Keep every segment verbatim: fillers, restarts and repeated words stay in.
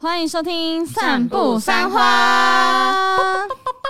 欢迎收听散步三花。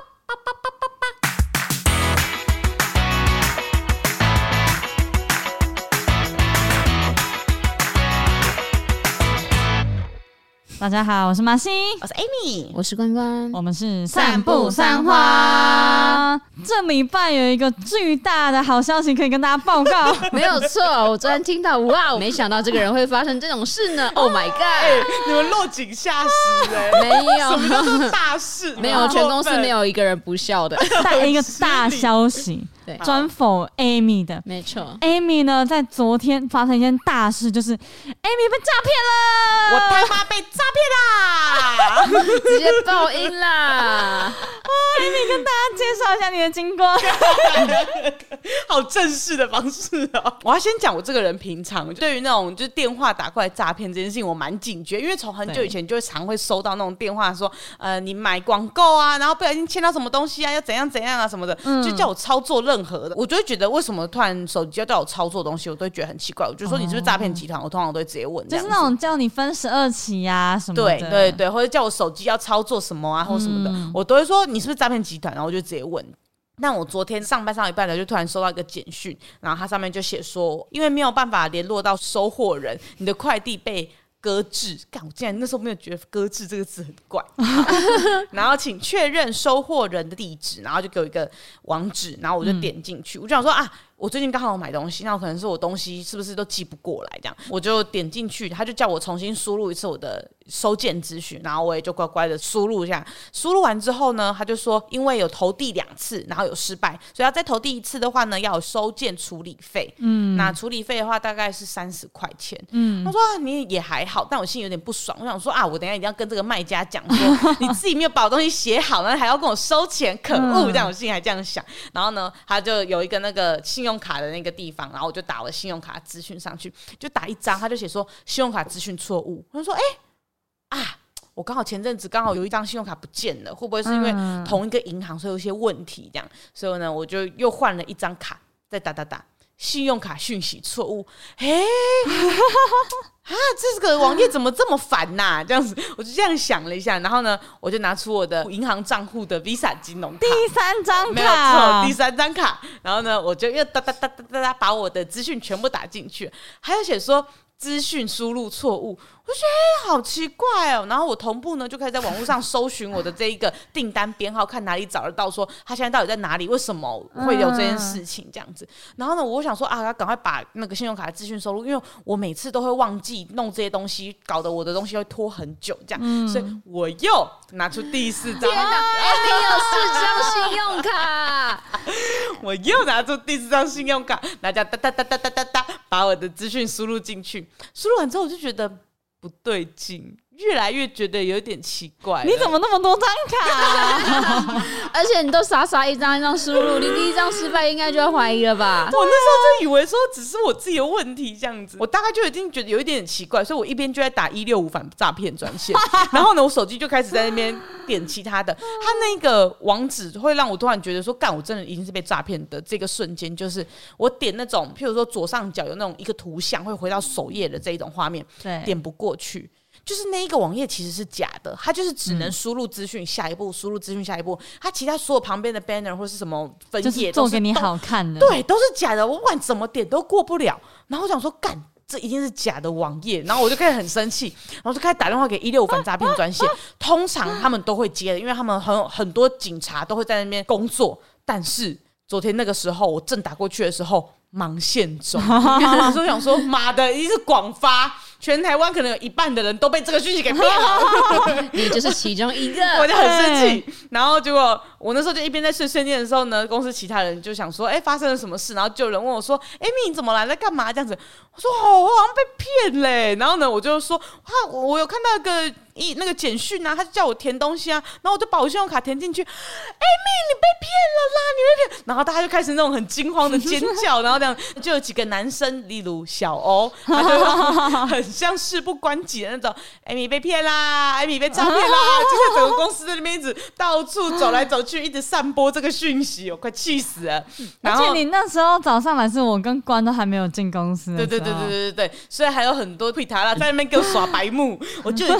大家好，我是马西， 我是 Amy， 我是关关， 我们是散步三花。这礼拜有一个巨大的好消息可以跟大家报告， 没有错。我昨天听到，哇，没想到这个人会发生这种事呢 ！Oh my god！、 欸、你们落井下石哎、欸， 没有， 什么叫做大事？ 没有，全公司没有一个人不笑的。 带一个大消息，对，专否 Amy 的， 没错。 Amy 呢，在昨天发生一件大事，就是 Amy 被诈骗了， 我他妈被诈骗啦！ 直接爆音啦！ 哦 Amy 跟大家介绍一下你的经过， 好正式的方式哦。我要先讲我这个人平常对于那种就是电话打过来诈骗这件事情我蛮警觉，因为从很久以前就会常会收到那种电话说，呃，你买广告啊，然后不小心签到什么东西啊，要怎样怎样啊什么的，嗯、就叫我操作任何的，我就会觉得为什么突然手机要叫我操作东西，我都会觉得很奇怪。我就说你是不是诈骗集团？我通常都会直接问， 就是那种叫你分十二期啊什么的， 对对对，或者叫我手机要操作什么啊或什么的，嗯、我都会说你是不是诈骗集团，然后我就直接问。但我昨天上班上一半的就突然收到一个简讯，然后它上面就写说，因为没有办法联络到收货人，你的快递被搁置。干，我竟然那时候没有觉得搁置这个字很怪。然后请确认收货人的地址，然后就给我一个网址，然后我就点进去，嗯、我就想说啊，我最近刚好有买东西，那可能是我东西是不是都寄不过来这样，我就点进去，他就叫我重新输入一次我的收件资讯，然后我也就乖乖的输入一下。输入完之后呢，他就说因为有投递两次，然后有失败，所以要再投递一次的话呢，要有收件处理费。嗯，那处理费的话大概是三十块钱。嗯，他说、啊、你也还好，但我心里有点不爽，我想说啊，我等一下一定要跟这个卖家讲说，你自己没有把我东西写好，然后还要跟我收钱，可恶！这样我心里还这样想。然后呢，他就有一个那个信用卡的那个地方，然后我就打我的信用卡资讯上去，就打一张，他就写说信用卡资讯错误。我就说，哎、欸、啊，我刚好前阵子刚好有一张信用卡不见了，会不会是因为同一个银行所以有一些问题这样？所以呢，我就又换了一张卡，再打打打。信用卡讯息错误，哎、欸，啊，这个网页怎么这么烦呐、啊？这样子，我就这样想了一下，然后呢，我就拿出我的银行账户的 Visa 金融卡， 第三张卡， 没有错，第三张卡。然后呢，我就又哒哒哒哒哒哒把我的资讯全部打进去，还有写说资讯输入错误。我就觉得、欸、好奇怪哦，然后我同步呢就开始在网络上搜寻我的这一个订单编号，看哪里找得到说他现在到底在哪里，为什么会有这件事情这样子。然后呢，我想说啊，要赶快把那个信用卡的资讯收入，因为我每次都会忘记弄这些东西，搞得我的东西会拖很久这样，嗯、所以我又拿出第四张。 天哪，你有四张信用卡， 我又拿出第四张信用卡，然后这样哒哒哒哒哒哒哒，把我的资讯输入进去。输入完之后，我就觉得不对劲，越来越觉得有点奇怪。 你怎么那么多张卡、啊？ 而且你都傻傻一张一张输入，你第一张失败应该就要怀疑了吧？ 我那时候就以为说只是我自己的问题这样子，我大概就已经觉得有一点奇怪，所以我一边就在打一六五反诈骗专线，然后呢，我手机就开始在那边点其他的，他那个网址会让我突然觉得说，干，我真的已经是被诈骗的这个瞬间，就是我点那种，譬如说左上角有那种一个图像会回到首页的这一种画面，点不过去。就是那一个网页其实是假的，它就是只能输入资讯下一步，输入资讯下一步，它其他所有旁边的 banner 或是什么分页都是做给你好看的， 对，都是假的，我不管怎么点都过不了。然后我想说，干，这一定是假的网页，然后我就开始很生气，然后就开始打电话给一六五反诈骗专线，通常他们都会接的，因为他们很很多警察都会在那边工作，但是昨天那个时候我正打过去的时候，忙线中，我就想说，妈的，一定是广发。全台湾可能有一半的人都被这个讯息给骗了， 你就是其中一个， 我就很生气。然后结果我那时候就一边在睡睡觉的时候呢，公司其他人就想说，哎、欸，发生了什么事？然后就有人问我说 ，Amy 你怎么来，在干嘛？这样子，我说哦，我好像被骗嘞。然后呢，我就说，啊，我有看到一个一那个简讯啊，他就叫我填东西啊，然后我就把我信用卡填进去 ，Amy 你被骗了啦，你被骗。然后大家就开始那种很惊慌的尖叫，然后这样就有几个男生，例如小欧，他就很像事不关己的那种 ，Amy 被骗啦 ，Amy 被诈骗啦，就是整个公司在那边一直到处走来走去，一直散播这个讯息，我快气死了。 而且你那时候早上来是我跟关都还没有进公司的， 对对对对对对对，所以还有很多屁塔啦在那边给我耍白目，我就已经头在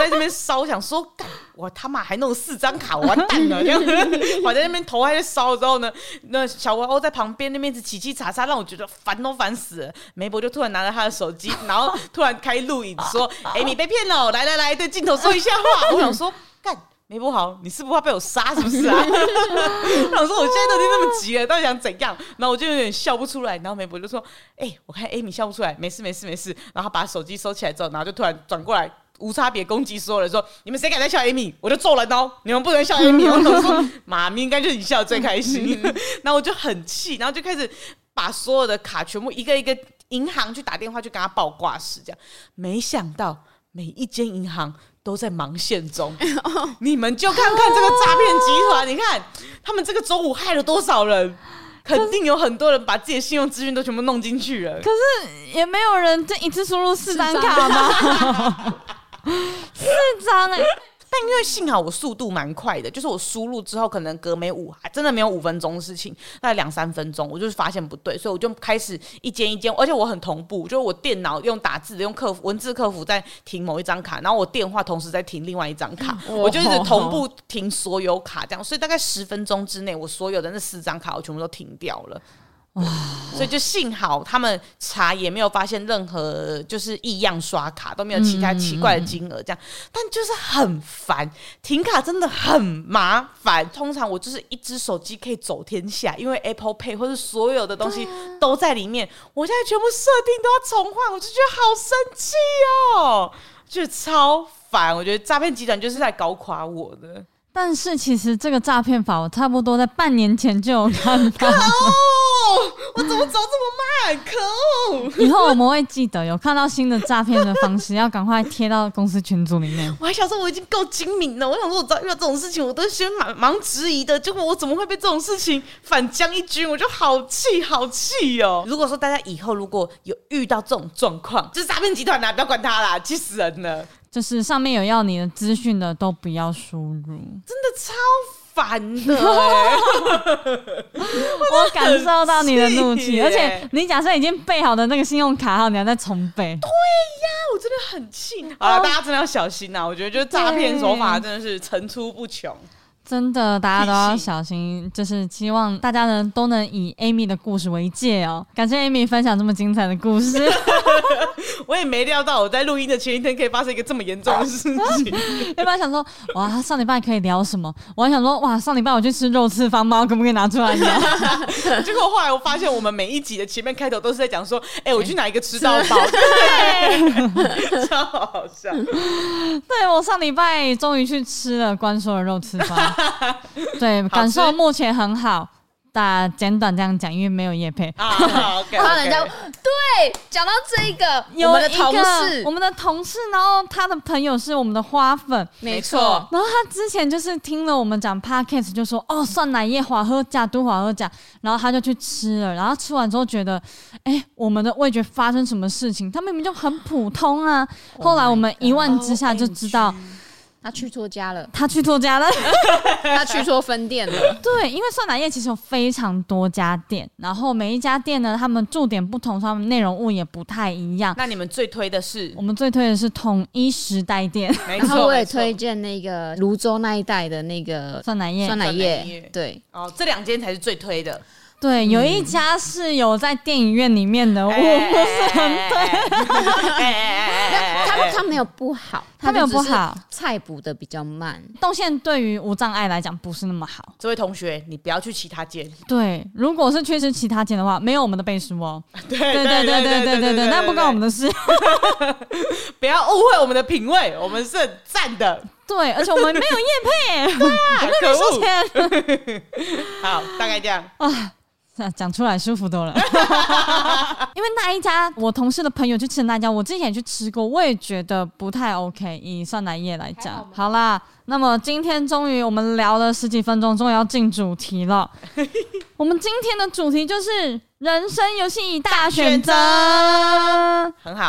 在这边烧，想说干我他妈还弄四张卡，我完蛋了这样。我在那边头还在烧之后呢，那小娃欧在旁边那边一直起起叉叉，让我觉得烦都烦死了。梅伯就突然拿着他的手机，然后突然开录影说：“哎、欸，你被骗了，来来来，对镜头说一下话。”我想说干。梅伯豪，你是不是怕被我杀是不是啊？我想说我现在都已经那么急了，到底想怎样？然后我就有点笑不出来。然后梅伯就说：“哎、欸，我看 Amy 笑不出来，没事没事没事。”然后他把手机收起来之后，然后就突然转过来，无差别攻击所有人说：“你们谁敢再笑 Amy， 我就揍人哦！你们不能笑 Amy。”我想说妈咪应该就是你笑得最开心。然后我就很气，然后就开始把所有的卡全部一个一个银行去打电话，去跟他报挂失。这样没想到每一间银行都在忙线中，你们就看看这个诈骗集团，你看他们这个周五害了多少人，肯定有很多人把自己的信用资讯都全部弄进去了。 可是也没有人这一次输入四张卡吧？四张哎、欸。 但因为幸好我速度蛮快的，就是我输入之后可能隔没五，真的没有五分钟的事情，大概两三分钟，我就是发现不对，所以我就开始一间一间，而且我很同步，就是我电脑用打字的，用客服文字客服在停某一张卡，然后我电话同时在停另外一张卡，我就一直同步停所有卡这样，所以大概十分钟之内，我所有的那四张卡我全部都停掉了。所以就幸好他们查也没有发现任何就是异样刷卡，都没有其他奇怪的金额这样，但就是很烦，停卡真的很麻烦。通常我就是一只手机可以走天下，因为 Apple Pay 或是所有的东西都在里面，我现在全部设定都要重换，我就觉得好生气哦，觉得超烦。我觉得诈骗集团就是在搞垮我的。 但是其实这个诈骗法，我差不多在半年前就有看到。 可恶！我怎么走这么慢？可恶！ 以后我们会记得，有看到新的诈骗的方式，要赶快贴到公司群组里面。 我还想说我已经够精明了，我想说我知道遇到这种事情，我都先忙忙质疑的，结果我怎么会被这种事情反将一军？我就好气，好气哦！如果说大家以后如果有遇到这种状况，就是诈骗集团啦，不要管他啦，气死人了。 就是上面有要你的资讯的都不要输入， 真的超烦的、欸、 我感受到你的怒气，而且你假设已经备好的那个信用卡号，你还在重备。 对呀，我真的很气。好了，大家真的要小心呐、啊！我觉得就是诈骗手法真的是层出不穷。 真的，大家都要小心，就是希望大家呢都能以 Amy 的故事为戒哦。感谢 Amy 分享这么精彩的故事。 我也没料到我在录音的前一天可以发生一个这么严重的事情。 要不然想说，哇，上礼拜可以聊什么？我还想说，哇，上礼拜我去吃肉翅方包，可不可以拿出来聊？ 结果后来我发现，我们每一集的前面开头都是在讲说，哎、欸，我去哪一个吃到饱？对，超好笑。 对，我上礼拜终于去吃了关说的肉翅包。对，感受目前很好。大家简短这样讲，因为没有业配啊。OK， 帮人家对讲到这个， 有我们的同事， 我们的同事，然后他的朋友是我们的花粉， 没错。 然后他之前就是听了我们讲 podcast， 就说哦，酸奶液华喝甲都华喝甲，然后他就去吃了，然后吃完之后觉得，哎，我们的味觉发生什么事情？他明明就很普通啊。Oh、后来我们一问之下就知道。 他去错家了， 他去错家了， 他去错分店了。 对，因为酸奶液其实有非常多家店，然后每一家店呢，他们驻点不同，他们内容物也不太一样。 那你们最推的是？ 我们最推的是统一时代店， 没错。然后我也推荐那个泸州那一带的那个酸奶液， 酸奶液，对， 哦，这两间才是最推的。 对，有一家是有在电影院里面的，我不是很推。 他他没有不好， 他没有不好， 菜补的比较慢。 动线对于无障碍来讲不是那么好。 这位同学，你不要去其他间。 对，如果是去吃其他间的话，没有我们的背书哦。 对对对对对对对对，那不关我们的事。 不要误会我们的品味，我们是很赞的。 对，而且我们没有业配， 对啊， 我们没收钱。 好，大概这样啊。讲出来舒服多了。因为那一家我同事的朋友去吃的那一家，我之前也去吃过，我也觉得不太 OK。以酸奶液来讲，好啦，那么今天终于我们聊了十几分钟，终于要进主题了。我们今天的主题就是人生游戏大选择， 很好。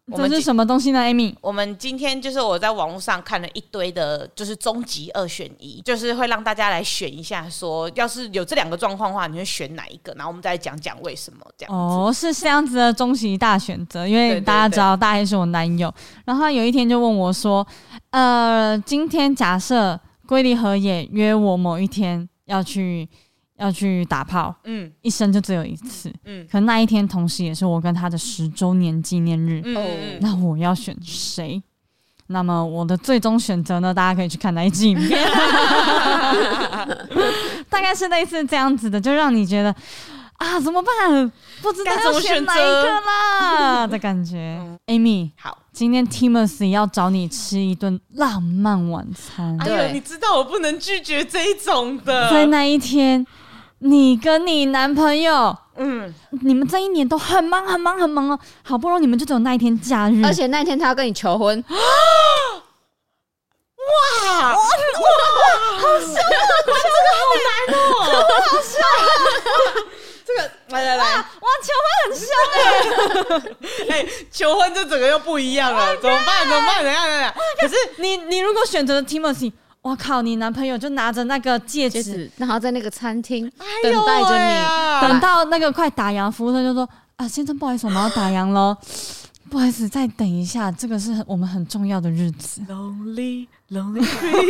这是什么东西呢 Amy？ 我们今天就是我在网络上看了一堆的就是终极二选一，就是会让大家来选一下说要是有这两个状况的话你会选哪一个，然后我们再讲讲为什么这样子。 哦，是这样子的终极大选择，因为大家知道大黑是我男友，然后他有一天就问我说呃，今天假设龟梨和也约我某一天要去要去打炮，嗯，一生就只有一次，嗯，可那一天同时也是我跟他的十周年纪念日，嗯，那我要选谁？那么我的最终选择呢？大家可以去看那一集影片，大概是类似这样子的，就让你觉得啊，怎么办？不知道要选哪一个啦的感觉。嗯、Amy， 好， 今天 Timothy 要找你吃一顿浪漫晚餐。 哎呦，你知道我不能拒绝这一种的。 在那一天，你跟你男朋友，嗯，你们这一年都很忙很忙很忙哦，好不容易你们就只有那一天假日， 而且那一天他要跟你求婚。 哇哇哇！好香啊！这个好难哦，好香啊！这个来来来， 哇，求婚很香哎！ 哎，求婚这整个又不一样了，怎么办？怎么办？怎样怎样？可是你你如果选择了 Timothy， 哇靠，你男朋友就拿着那个戒指， 戒指然后在那个餐厅等待着你， 哎、等到那个快打烊，服务生就说啊，先生不好意思，我们要打烊咯。不好意思，再等一下，这个是我们很重要的日子。 Lonely, lonely Christmas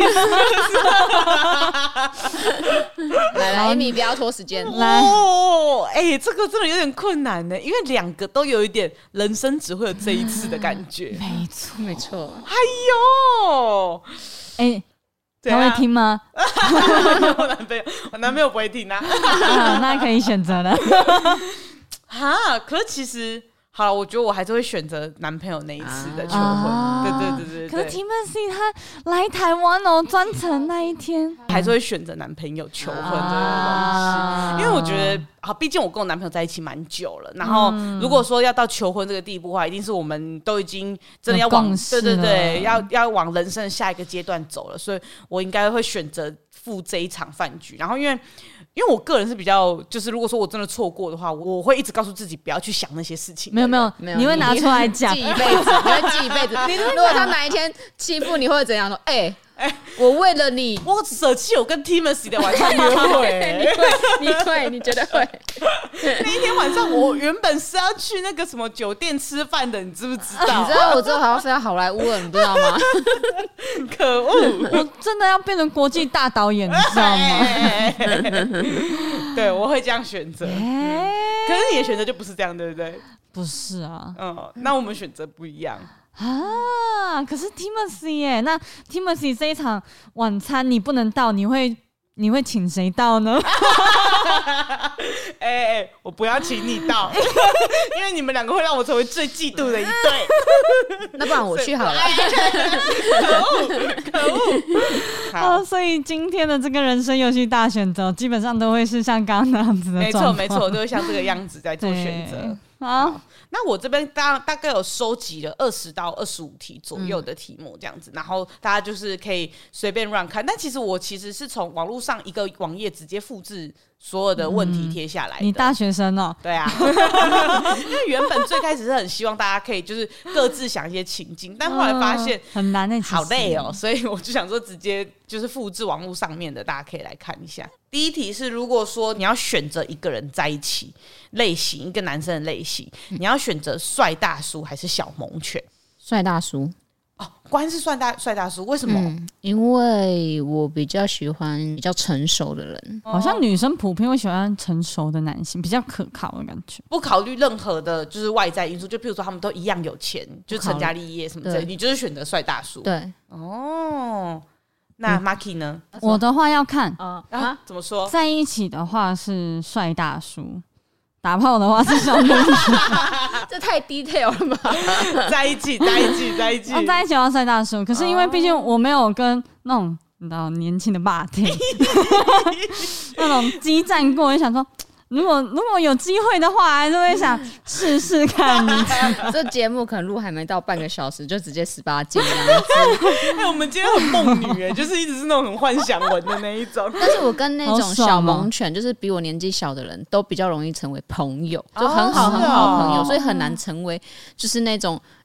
来来 ，Amy 不要拖时间。 来， 哦，哎、欸，这个真的有点困难呢，因为两个都有一点人生只会有这一次的感觉。 没错， 没错。 哎呦， 哎、欸，他会听吗？ 我男朋友，我男朋友不会听啊。 啊那可以选择了。 哈，可是其实。好了，我觉得我还是会选择男朋友那一次的求婚。啊、对对对对对。 可是 Timothy 他来台湾哦，专程那一天， 还是会选择男朋友求婚这个东西，啊、因为我觉得，好，毕竟我跟我男朋友在一起蛮久了。然后，如果说要到求婚这个地步的话，一定是我们都已经真的要往，对对对，要要往人生的下一个阶段走了。所以我应该会选择赴这一场饭局。然后，因为。因为我个人是比较，就是如果说我真的错过的话，我会一直告诉自己不要去想那些事情。 没有没有，你会拿出来讲， 记一辈子，你会记一辈子。如果他哪一天欺负你或者怎样说，哎、欸。哎、欸，我为了你， 我舍弃我跟 Timothy 的晚上约会。 你会，你会，你绝对会。 那一天晚上，我原本是要去那个什么酒店吃饭的，你知不知道？ 你知道我之后好像是要好莱坞了，你知道吗？ 可恶！ 我真的要变成国际大导演，你知道吗？ 对，我会这样选择。欸、可是你的选择就不是这样，对不对？ 不是啊。 嗯，那我们选择不一样。 啊！可是 Timothy 耶，那 Timothy 这一场晚餐你不能到，你会你会请谁到呢？ 哎哎、欸欸，我不要请你到，因为你们两个会让我成为最嫉妒的一对。 那不然我去好了。 可恶，可恶！ 好，所以今天的这个人生游戏大选择，基本上都会是像刚刚那样子的状况。 没错，没错，都会像这个样子在做选择。 好， 那我这边大大概有收集了二十到二十五题左右的题目这样子，嗯、然后大家就是可以随便乱看。但其实我其实是从网络上一个网页直接复制所有的问题贴下来的、 嗯。你大学生哦？ 对啊，因为原本最开始是很希望大家可以就是各自想一些情境，但后来发现、 呃、很难的、欸， 好累哦，所以我就想说直接就是复制网络上面的，大家可以来看一下。第一题是，如果说你要选择一个人在一起类型，一个男生的类型，你要选择帅大叔还是小萌犬？ 帅大叔。 哦，关是帅大帅大叔，为什么、嗯？ 因为我比较喜欢比较成熟的人， 好像女生普遍会喜欢成熟的男性，比较可靠的感觉， 不考虑任何的就是外在因素，就譬如说他们都一样有錢，就成家立业什么之类，你就是选择帅大叔。 对， 哦。那 Maki 呢？ 我的话要看啊、啊，怎么说？ 在一起的话是帅大叔，打炮的话是小萌犬。 这太 detail 了吧？ 在一起，在一起，在一起， 哦、在一起要帅大叔。可是因为毕竟我没有跟那种你知道年轻的霸天那种激战过，我就想说。如果如果有机会的话，还是会想试试看你。 这节目可能录还没到半个小时，就直接十八禁这样子。 哎、欸，我们今天很梦女哎，就是一直是那种很幻想文的那一种。 但是我跟那种小萌犬，就是比我年纪小的人都比较容易成为朋友，就很好很好的朋友，哦、所以很难成为就是那种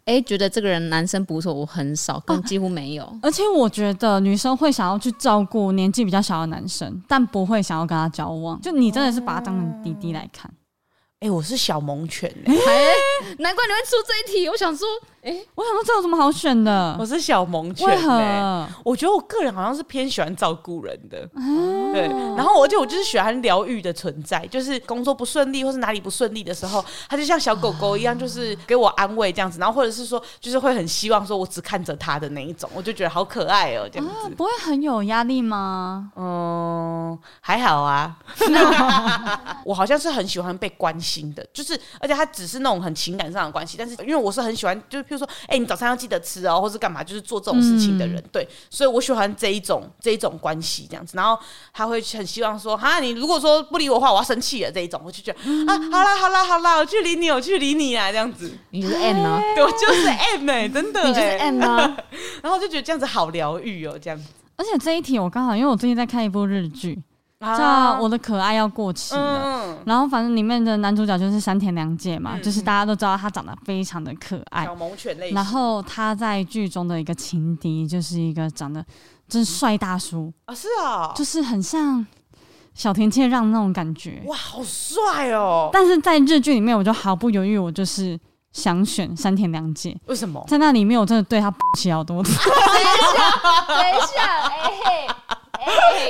哎、欸，觉得这个人男生不错，我很少，跟几乎没有、哦。 而且我觉得女生会想要去照顾年纪比较小的男生，但不会想要跟他交往。就你真的是把他当成弟弟来看。 哎、欸，我是小萌犬哎、欸欸，难怪你会出这一题。我想说，哎、欸， 我想说这有什么好选的？ 我是小萌犬、欸，为何？我觉得我个人好像是偏喜欢照顾人的，嗯、对。然后，而且我就是喜欢疗愈的存在，就是工作不顺利或是哪里不顺利的时候，他就像小狗狗一样，就是给我安慰这样子。然后或者是说，就是会很希望说我只看着他的那一种，我就觉得好可爱哦、喔，这样子、啊。 不会很有压力吗？ 嗯，还好啊。我好像是很喜欢被关心的，就是而且他只是那种很情感上的关系，但是因为我是很喜欢，就是譬如说，哎、欸，你早餐要记得吃哦，或是干嘛，就是做这种事情的人，嗯、对，所以我喜欢这一种这一种关系这样子。然后他会很希望说，哈，你如果说不理我的话，我要生气了这一种，我就觉得、嗯、啊，好啦好啦好啦，我去理你，我去理你啊，这样子。 你就是 M 啊？ 对，我就是 M 哎、欸，真的、欸， 你就是 M 啊。 然后我就觉得这样子好疗愈哦，这样子。 而且这一题我刚好，因为我最近在看一部日剧。叫我的可爱要过期了、嗯，然后反正里面的男主角就是山田凉介嘛、嗯，就是大家都知道他长得非常的可爱， 小萌犬类型。 然后他在剧中的一个情敌就是一个长得真帅大叔啊，是啊， 就是很像小田切让那种感觉， 哇，好帅哦！ 但是在日剧里面，我就毫不犹豫，我就是想选山田凉介。 为什么？ 在那里面，我真的对他起好多次。 等一下，等一下，哎、欸、嘿。哎哎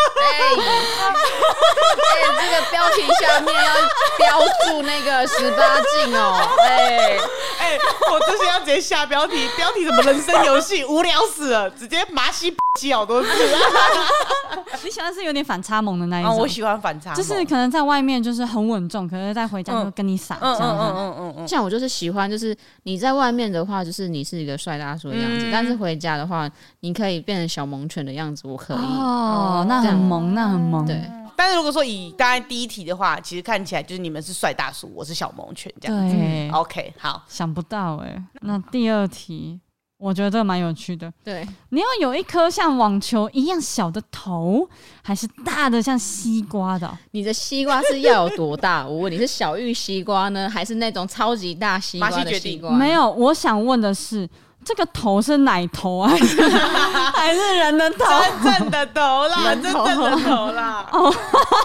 哎！这个标题下面要标注那个十八禁哦！哎哎，我这些要直接下标题，标题什么人生游戏，无聊死了，直接麻西起好多次。 你喜欢是有点反差萌的那一种、 哦？我喜欢反差萌， 就是可能在外面就是很稳重，可是再回家就跟你撒娇。嗯嗯嗯嗯嗯。像我就是喜欢，就是你在外面的话，就是你是一个帅大叔的样子、嗯，但是回家的话，你可以变成小萌犬的样子，我可以。 哦，那很萌，那很萌。 对。 但是如果说以刚才第一题的话，其实看起来就是你们是帅大叔，我是小萌犬这样子。 对 ，OK， 好， 想不到哎、欸。那第二题，我觉得这个蛮有趣的。 对， 你要有一颗像网球一样小的头，还是大的像西瓜的、哦？ 你的西瓜是要有多大？我问你是小玉西瓜呢，还是那种超级大西瓜的西瓜？ 没有，我想问的是。这个头是奶头还是还是人的头？ 真正的头啦，真正的头啦。哦，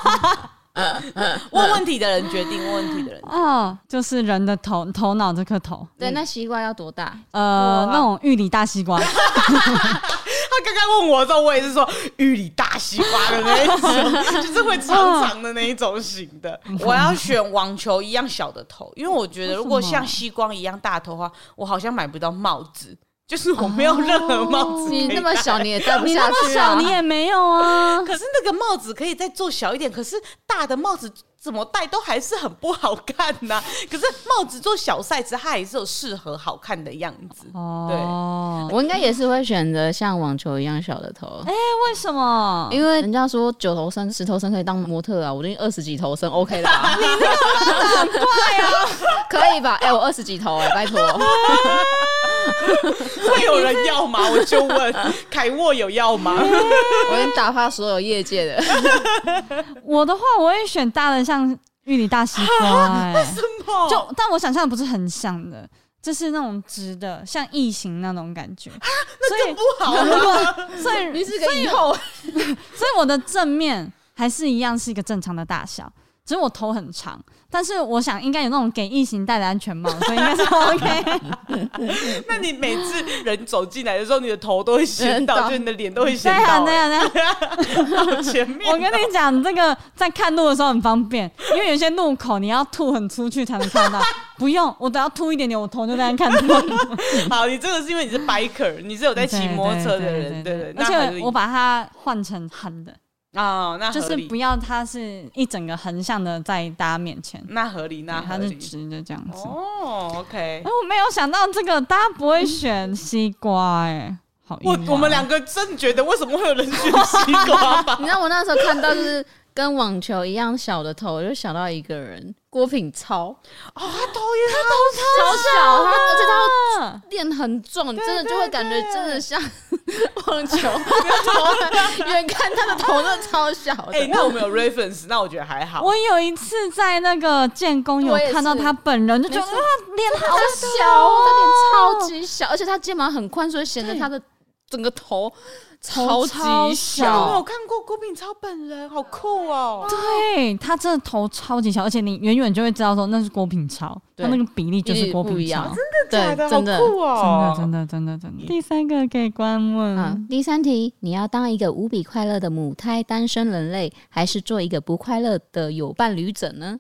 问问题的人决定，问问题的人。 哦，就是人的头，头脑这颗头。 对，那西瓜要多大？ 呃，那种玉里大西瓜。 他刚刚问我的时候，我也是说玉里大西瓜的那一种，就是会长长的那一种型的。我要选网球一样小的头，因为我觉得如果像西瓜一样大头的话，我好像买不到帽子。就是我没有任何帽子、哦， 你那么小你也戴不下去、啊、 你那么小你也没有啊。 可是那个帽子可以再做小一点，可是大的帽子怎么戴都还是很不好看呐、啊。可是帽子做小 size， 它还是有适合好看的样子。哦，对， 我应该也是会选择像网球一样小的头。 哎、欸，为什么？ 因为人家说九头身、十头身可以当模特啊，我已经二十几头身 ，OK 了吧？ 你那个拉得很快啊， 可以吧？哎、欸，我二十几头哎、欸，拜托。 会有人要吗？我就问凯沃有要吗？ 我已经打发所有业界的。 我的话，我会选大的像玉里大西瓜、欸。 为什么？ 就但我想象的不是很像的，就是那种直的，像异形那种感觉。 那更不好了。 所以你是个以后， 所以我的正面还是一样是一个正常的大小。只是我头很长，但是我想应该有那种给异形戴的安全帽，所以应该是 OK。 那你每次人走进来的时候，你的头都会掀到，就你的脸都会掀到。 对啊，对啊，对啊。 好前面。 我跟你讲，这个在看路的时候很方便，因为有些路口你要吐很出去才能看到，不用，我只要吐一点点，我头就在那看到。 好，你这个是因为你是 biker， 你是有在骑摩托车的人，对对。 而且我把它换成横的。 哦，那合理， 就是不要它是一整个横向的在大家面前， 那合理，那合理， 它是直的这样子。 哦 ，OK。 我没有想到这个，大家不会选西瓜哎、欸，好意外。 我我们两个真觉得为什么会有人选西瓜吧？ 你知道我那时候看到就是跟网球一样小的头，我就想到一个人，郭品超。 哦，他头也他头超小，他而且他脸很壮，真的就会感觉真的像网球头，远看他的头真的超小的。 哎、欸，那我们有 reference， 那我觉得还好。 我有一次在那个建工有看到他本人，就觉得哇，脸好小哦， 他脸超级小，而且他肩膀很宽，所以显得他的整个头超级小。 我有看过郭品超本人，好酷哦！ 对，他真的头超级小，而且你远远就会知道说那是郭品超，他那个比例就是郭品超。 真的假的？ 真的好酷哦！ 真的真的真的真的。第三个给关问、 啊，第三题，你要当一个无比快乐的母胎单身人类，还是做一个不快乐的有伴侣者呢？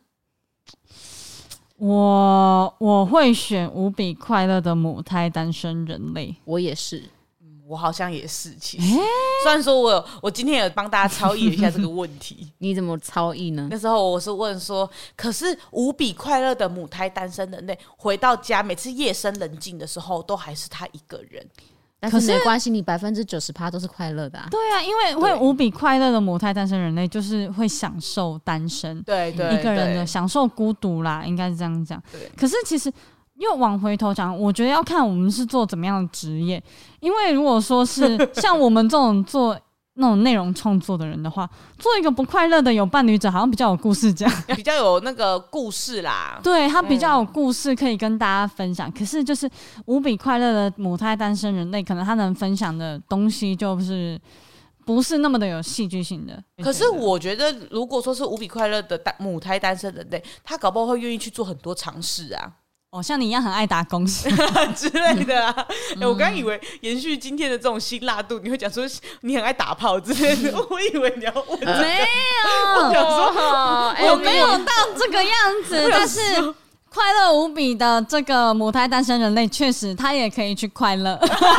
我我会选无比快乐的母胎单身人类。 我也是。 我好像也是，其实、欸、虽然说我有我今天有帮大家超译一下这个问题， 你怎么超译呢？ 那时候我是问说，可是无比快乐的母胎单身人类回到家，每次夜深人静的时候，都还是他一个人。 但是没关系，你百分之九十趴都是快乐的啊。 对啊，因为会无比快乐的母胎单身人类，就是会享受单身， 对对， 一个人的享受孤独啦，应该是这样讲。可是其实。又往回头讲，我觉得要看我们是做怎么样的职业。因为如果说是像我们这种做那种内容创作的人的话，做一个不快乐的有伴侣者，好像比较有故事讲， 比较有那个故事啦。 对，他比较有故事可以跟大家分享。嗯、可是就是无比快乐的母胎单身人类，可能他能分享的东西就是不是那么的有戏剧性的。 可是我觉得，如果说是无比快乐的母胎单身人类，他搞不好会愿意去做很多尝试啊。 哦，像你一样很爱打工之类的啊！嗯欸、我刚以为延续今天的这种辛辣度，你会讲说你很爱打炮之类的。我以为你要问、 呃，没有，我想说我没有到这个样子，但是快乐无比的这个母胎单身人类，确实他也可以去快乐。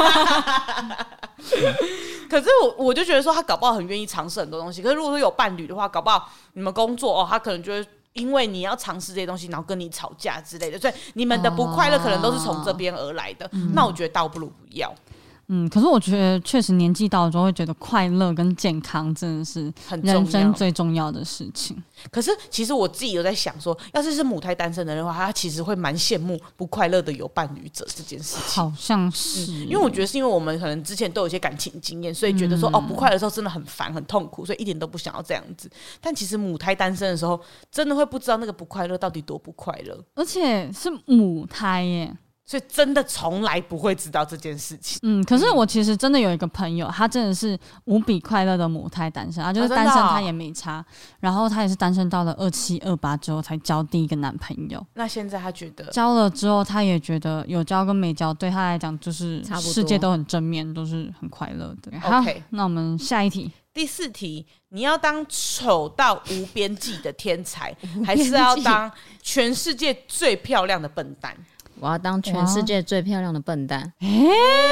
可是我我就觉得说，他搞不好很愿意尝试很多东西。可是如果说有伴侣的话，搞不好你们工作哦，他可能就会。因为你要尝试这些东西，然后跟你吵架之类的，所以你们的不快乐可能都是从这边而来的。哦、那我觉得倒不如不要。 嗯，可是我觉得确实年纪到了之后，会觉得快乐跟健康真的是人生最重要的事情。 可是其实我自己有在想说，要是是母胎单身的人的话，他其实会蛮羡慕不快乐的有伴侣者这件事情。 好像是、 嗯，因为我觉得是因为我们可能之前都有一些感情经验，所以觉得说、嗯、哦不快乐的时候真的很烦很痛苦，所以一点都不想要这样子。但其实母胎单身的时候，真的会不知道那个不快乐到底多不快乐， 而且是母胎耶。 所以真的从来不会知道这件事情。 嗯，可是我其实真的有一个朋友，他真的是无比快乐的母胎单身，他就是单身他也没差，哦、然后他也是单身到了二七二八之后才交第一个男朋友。 那现在他觉得交了之后，他也觉得有交跟没交对他来讲就是世界都很正面，都是很快乐的。好， OK， 那我们下一题。 第四题，你要当丑到无边际的天才，还是要当全世界最漂亮的笨蛋？ 我要当全世界最漂亮的笨蛋。 欸、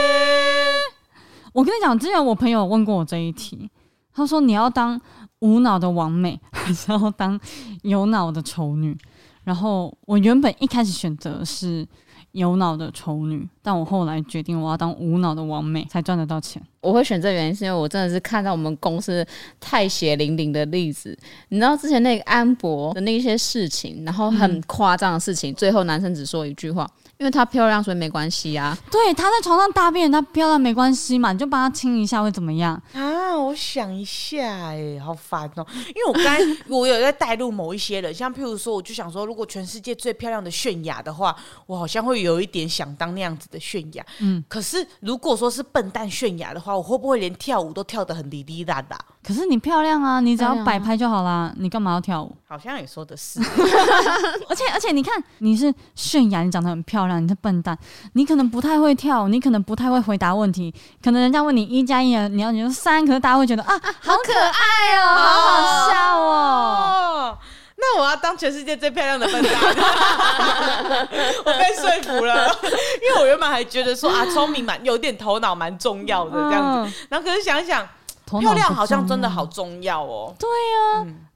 我跟你讲，之前我朋友问过我这一题，他说你要当无脑的完美，还是要当有脑的丑女？然后我原本一开始选择是有脑的丑女，但我后来决定我要当无脑的完美，才赚得到钱。 我会选这原因是因为我真的是看到我们公司太血淋淋的例子。你知道之前那个安博的那些事情，然后很夸张的事情、嗯、最后男生只说一句话，因为她漂亮所以没关系啊。 对，她在床上大便她漂亮没关系嘛，你就帮她亲一下会怎么样啊？我想一下哎，好烦哦。因为我刚才我有在带入某一些人，像譬如说我就想说，如果全世界最漂亮的泫雅的话，我好像会有一点想当那样子的泫雅。嗯，可是如果说是笨蛋泫雅的话，我会不会连跳舞都跳得很哩哩啦啦？ 可是你漂亮啊，你只要摆拍就好啦，你干嘛要跳舞？ 好像也说的是。 而且而且你看，你是泫雅，你长得很漂亮，你是笨蛋，你可能不太会跳，你可能不太会回答问题，可能人家问你一加一，你要你说三，可是大家会觉得啊，好可爱哦，好好笑哦。 那我要当全世界最漂亮的笨蛋。我被说服了，因为我原本还觉得说啊，聪明蛮有点头脑蛮重要的这样子，然后可是想一想，漂亮好像真的好重要哦。 对啊，嗯、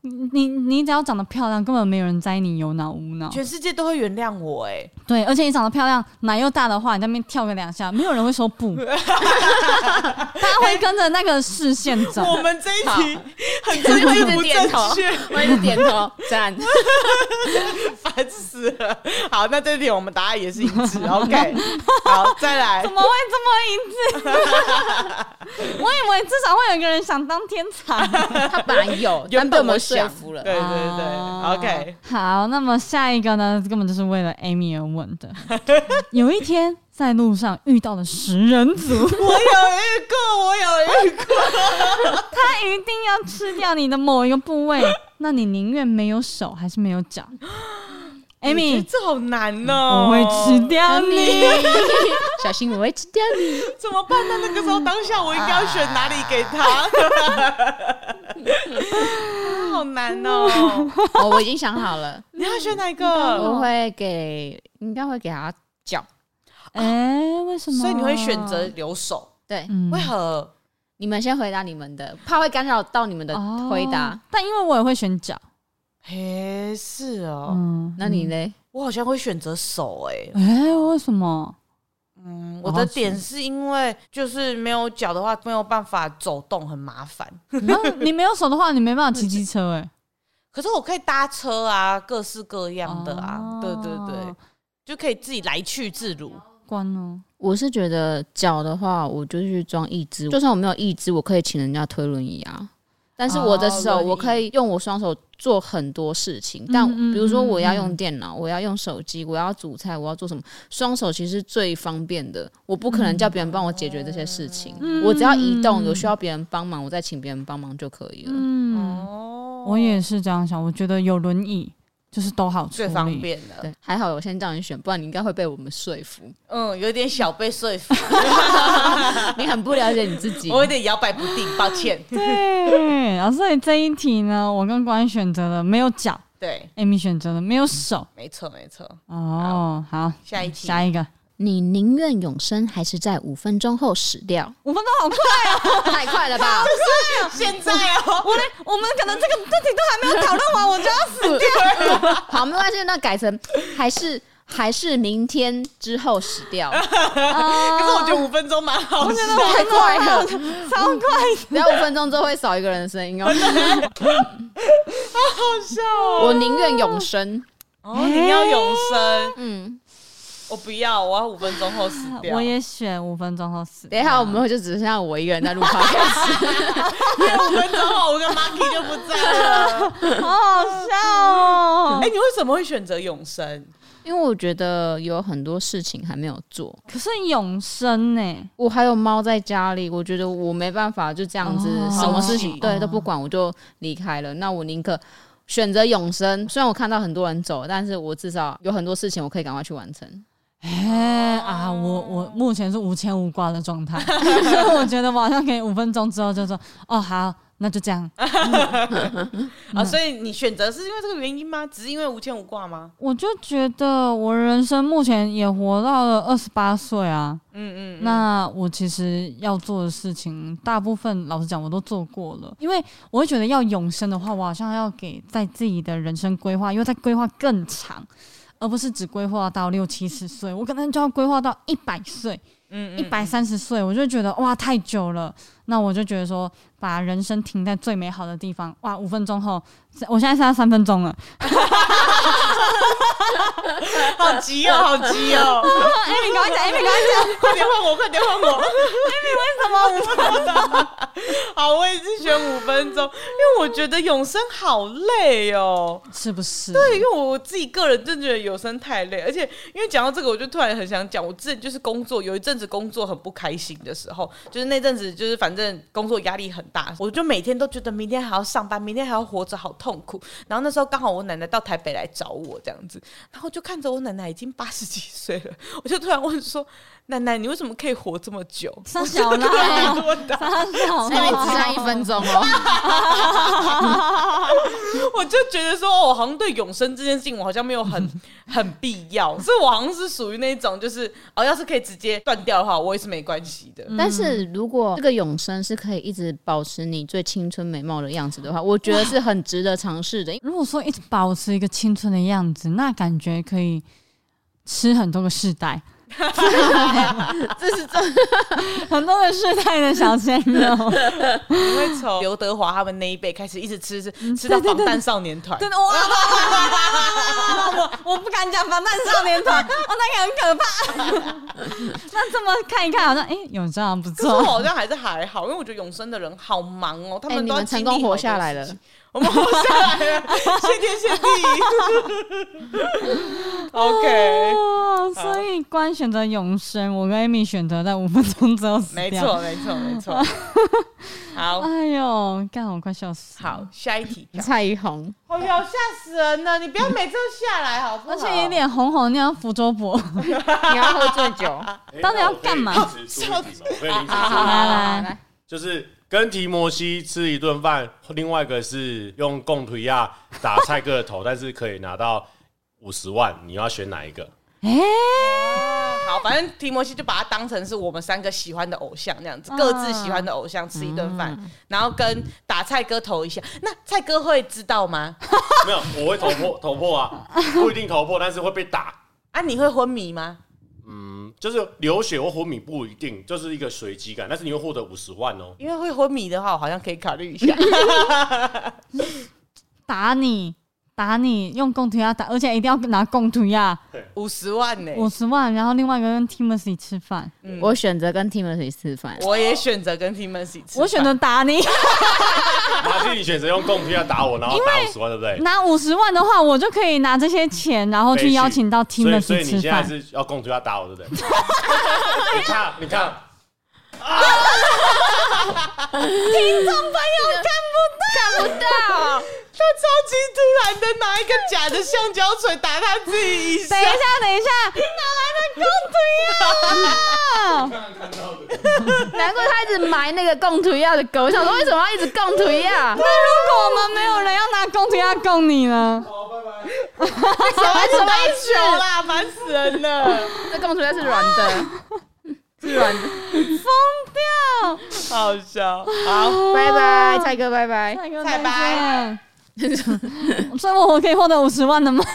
你你只要长得漂亮，根本没有人在意你有脑无脑， 全世界都会原谅我哎、欸。 对，而且你长得漂亮，奶又大的话，你在那边跳个两下，没有人会说不，大家会跟着那个视线走。 我们这一题很政治不正确， 我一直点头赞， 烦死了。好，那这题我们答案也是一致。OK， 好，再来。 怎么会这么一致？我以为至少会有一个人想当天才， 他本来有，但被我们说服了。 对对对、啊、，OK。 好，那么下一个呢，根本就是为了 Amy 而问的。有一天在路上遇到了食人族，我有遇过，我有遇过。 他一定要吃掉你的某一个部位，那你宁愿没有手还是没有脚？Amy， 这好难哦！ 我会吃掉你， 小心我会吃掉你， 怎么办呢？那个时候当下我应该要选哪里给他？好难哦！ 哦，我已经想好了， 你要选哪一个？ 我会给，应该会给他脚。 哎、欸，为什么？ 所以你会选择留手？ 对、 嗯， 为何？ 你们先回答你们的，怕会干扰到你们的回答。 哦、但因为我也会选脚。 嘿，是哦， 嗯， 那你呢？ 我好像会选择手、欸，哎， 哎、欸，为什么？ 嗯，我的点是因为就是没有脚的话，没有办法走动，很麻烦。 你没有手的话，你没办法骑机车、欸，哎。 可是我可以搭车啊，各式各样的啊，哦、对对对，就可以自己来去自如。 关了。 我是觉得脚的话，我就去装义肢，就算我没有义肢，我可以请人家推轮椅啊。但是我的手，我可以用我双手做很多事情。但比如说，我要用电脑，我要用手机，我要煮菜，我要做什么，双手其实最方便的。我不可能叫别人帮我解决这些事情，我只要移动，有需要别人帮忙，我再请别人帮忙就可以了。 嗯，我也是这样想。我觉得有轮椅就是都好处理， 最方便的。 对，还好我先叫你选，不然你应该会被我们说服。 嗯，有点小被说服。 你很不了解你自己， 我有点摇摆不定，抱歉。 对，然后所以这一题呢，我跟关选择了没有脚， 对 ，Amy 选择了没有手， 没错没错。 哦，好， 下一题， 下一个。 你宁愿永生还是在五分钟后死掉？ 五分钟好快哦， 太快了吧！ 就是现在哦， 我连我们可能这个这题都还没有讨论完，我就要死掉。 好，没关系，那改成还是还是明天之后死掉。 可是我觉得五分钟蛮好笑， 太快了， 超快的。 只要五分钟之后会少一个人的声音哦。 好好笑哦！ 我宁愿永生。 哦，你要永生？ 嗯。 我不要，我要五分钟后死掉。 我也选五分钟后死掉。 等一下，我们就只剩下我一个人在录 podcast。 因为五分钟后，我跟 Marky 就不在了， 好好笑哦！ 哎、欸，你为什么会选择永生？ 因为我觉得有很多事情还没有做。 可是永生呢、欸？ 我还有猫在家里，我觉得我没办法就这样子，哦、什么事情、哦、对都不管，我就离开了。那我宁可选择永生。虽然我看到很多人走，但是我至少有很多事情我可以赶快去完成。 哎、欸、啊，我我目前是无牵无挂的状态，所以我觉得我好像可以五分钟之后就说，哦好，那就这样。 嗯、啊，所以你选择是因为这个原因吗？只是因为无牵无挂吗？ 我就觉得我人生目前也活到了二十八岁啊，嗯, 嗯嗯，那我其实要做的事情，大部分老实讲我都做过了，因为我会觉得要永生的话，我好像要给在自己的人生规划，因为在规划更长。而不是只规划到六七十岁，我可能就要规划到一百岁，嗯，一百三十岁，我就觉得哇太久了。那我就觉得说，把人生停在最美好的地方，哇，五分钟后，我现在剩下三分钟了， 好急哦，好急哦！ 艾米，赶快讲，艾米，赶快讲， 快点换我，快点换我！ 艾米，为什么五分钟？ 好，我也是选五分钟，因为我觉得永生好累哦， 是不是？ 对，因为我自己个人真的觉得永生太累，而且因为讲到这个，我就突然很想讲，我之前就是工作有一阵子工作很不开心的时候，就是那阵子就是反正工作压力很大，我就每天都觉得明天还要上班，明天还要活着，好痛苦。然后那时候刚好我奶奶到台北来找我这样子，然后就看着我奶奶已经八十几岁了，我就突然问说：“奶奶，你为什么可以活这么久？” 傻小啦，傻小啦，只剩一分钟哦。 我就觉得说，哦，我好像对永生这件事情，我好像没有很很必要，所以我好像是属于那种，就是哦，要是可以直接断掉的话，我也是没关系的。 但是如果这个永生是可以一直保持你最青春美貌的样子的话，我觉得是很值得尝试的。 如果说一直保持一个青春的样子，那感觉可以吃很多个世代。 这是真很多个世代的小鲜肉， 你会从刘德华他们那一辈开始一直吃吃吃到防弹少年团。 真的哇！我我不敢讲防弹少年团，哦，那个很可怕。那这么看一看，好像哎、欸，永生好像不错。 可是我好像还是还好，因为我觉得永生的人好忙哦，他们都、 欸、你们成功活下来了。 我们活下来了，谢天谢地。OK， 哦，所以关选择永生，我跟 Amy 选择在五分钟之后死掉。 没错，没错，没错。好， 哎呦，干我快笑死了。 好，下一题。 蔡依红， 哎呦，吓死人了！你不要每次都下来好不好？ 而且有点红红那样扶周伯。 你要喝醉酒， 到底要干嘛？ 我可以临时出一题吗？我可以临时出一题来来来， 就是跟提摩西吃一顿饭，另外一个是用贡图亚打蔡哥的头，但是可以拿到五十万，你要选哪一个？ 哎、欸， 好，反正提摩西就把他当成是我们三个喜欢的偶像那样子，各自喜欢的偶像吃一顿饭，嗯、然后跟打蔡哥头一下。那蔡哥会知道吗？ 没有，我会头破头破啊，不一定头破，但是会被打。 啊，你会昏迷吗？ 嗯，就是流血或昏迷不一定，就是一个随机感，但是你会获得五十万哦。 因为会昏迷的话，我好像可以考虑一下。 打你。打你用贡图亚打，而且一定要拿贡图亚五十万呢、欸， 五十万，然后另外一个跟 Timothy 吃饭、 嗯，我选择跟 Timothy 吃饭， 我也选择跟 Timothy 吃饭， 我选择打你。 马蒂，你选择用贡图亚打我，然后打五十万，对不对？ 拿五十万的话，我就可以拿这些钱，然后去邀请到 Timothy 吃饭。 所以你现在是要贡图亚打我，对不对？你看，你看。啊、 听众朋友看不到， 看不到， 他超级突然的拿一个假的橡胶锤打他自己一下。 等一下，等一下，哪来的贡图亚？ 难怪他一直埋那个贡图亚的狗，我想说为什么要一直贡图亚？ 那如果我们没有人要拿贡图亚供你呢？ 好，拜拜。 什么什么球啦，烦死人了！ 这贡图亚是软的。是软的， 疯掉， 好笑。好， 拜拜，蔡哥，拜拜， 蔡哥， 拜拜。 所以我可以获得五十万的吗？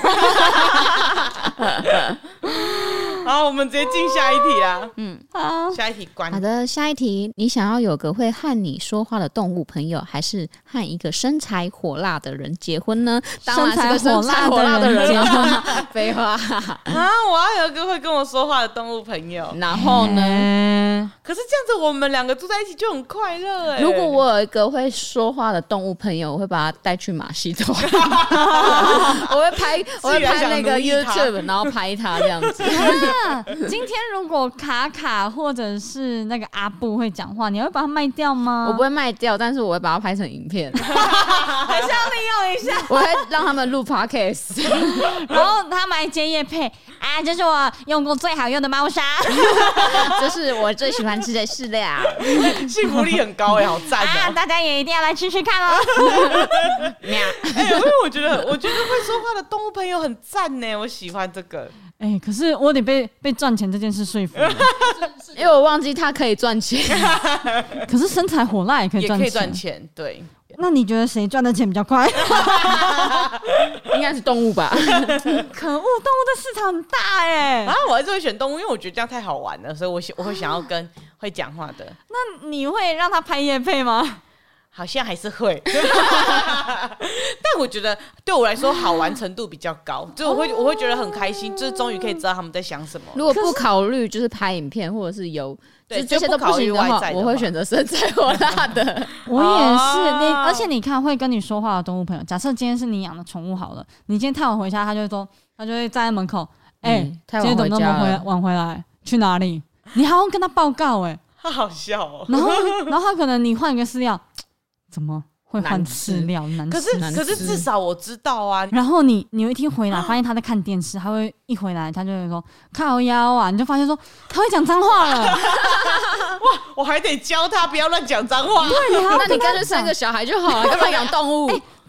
好，我们直接进下一题啦。 嗯， 好， 下一题关。 好的，下一题，你想要有个会和你说话的动物朋友，还是和一个身材火辣的人结婚呢？当然是个身材火辣的人结婚。废话啊！我要有一个会跟我说话的动物朋友。 然后呢？ 欸、 可是这样子，我们两个住在一起就很快乐哎、欸。 如果我有一个会说话的动物朋友，我会把他带去马戏团。我会拍，我会拍那个 YouTube， 然后拍他这样子。 啊、今天如果卡卡或者是那个阿布会讲话，你会把它卖掉吗？ 我不会卖掉，但是我会把它拍成影片， 还是要利用一下。 我会让他们录 podcast， 然后他们还接业配啊，这是我用过最好用的猫砂， 这是我最喜欢吃的饲料， 幸福力很高哎、欸，好赞哦、 啊！大家也一定要来吃吃看哦。 喵！ 哎、欸，因为我觉得，我觉得会说话的动物朋友很赞呢，我喜欢这个。 哎、欸，可是我得被被赚钱这件事说服了， 因为我忘记他可以赚钱。 可是身材火辣也可以赚钱， 也可以赚钱，对。 那你觉得谁赚的钱比较快？ 应该是动物吧。 可恶，动物的市场很大哎、欸！ 啊，我还是会选动物，因为我觉得这样太好玩了，所以我我会想要跟会讲话的。 那你会让他拍业配吗？ 好像还是会，但我觉得对我来说好玩程度比较高，就我会我会觉得很开心，就是终于可以知道他们在想什么。 如果不考虑就是拍影片或者是有， 对， 这些都不行的话，我会选择身材火辣的。 我也是，你而且你看会跟你说话的动物朋友，假设今天是你养的宠物好了，你今天太晚回家，他就会说，他就会站在门口，哎、欸嗯，今天怎么那么回晚回来？去哪里？你还要跟他报告哎、欸， 他好笑哦。 然后，然后他可能你换一个饲料。怎么会换饲料？难吃， 可是可是至少我知道啊。 然后你你有一天回来，发现他在看电视，他会一回来他就会说靠腰啊，你就发现说他会讲脏话了。 哇，我还得教他不要乱讲脏话。 对，你还要那你干脆生个小孩就好了，干嘛养动物？ 欸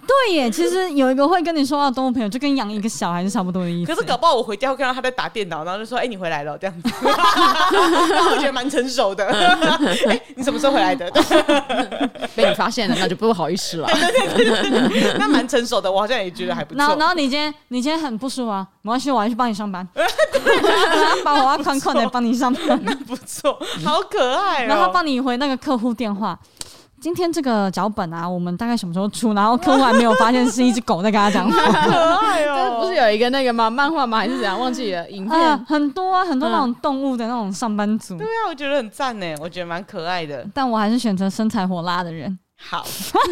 对耶，其实有一个会跟你说话的动物朋友，就跟养一个小孩是差不多的意思。 可是搞不好我回家会看到他在打电脑，然后就说：“哎、欸，你回来了。”这样子，我觉得蛮成熟的。哎、欸，你什么时候回来的？ 被你发现了，那就不好意思了。 对对对对对，那蛮成熟的，我好像也觉得还不错。 然后，然后你今天你今天很不舒服啊，没关系，我还去帮你上班。然后把我要宽宽的帮你上班， 那不错，好可爱哦。 然后他帮你回那个客户电话。今天这个脚本啊，我们大概什么时候出？然后客户还没有发现是一只狗在跟他讲话， 可爱哦！ 这不是有一个那个吗？漫画吗？还是怎样？忘记了。影片、 呃、很多啊，很多那种动物的那种上班族。 对啊，我觉得很赞呢，我觉得蛮可爱的。 但我还是选择身材火辣的人。 好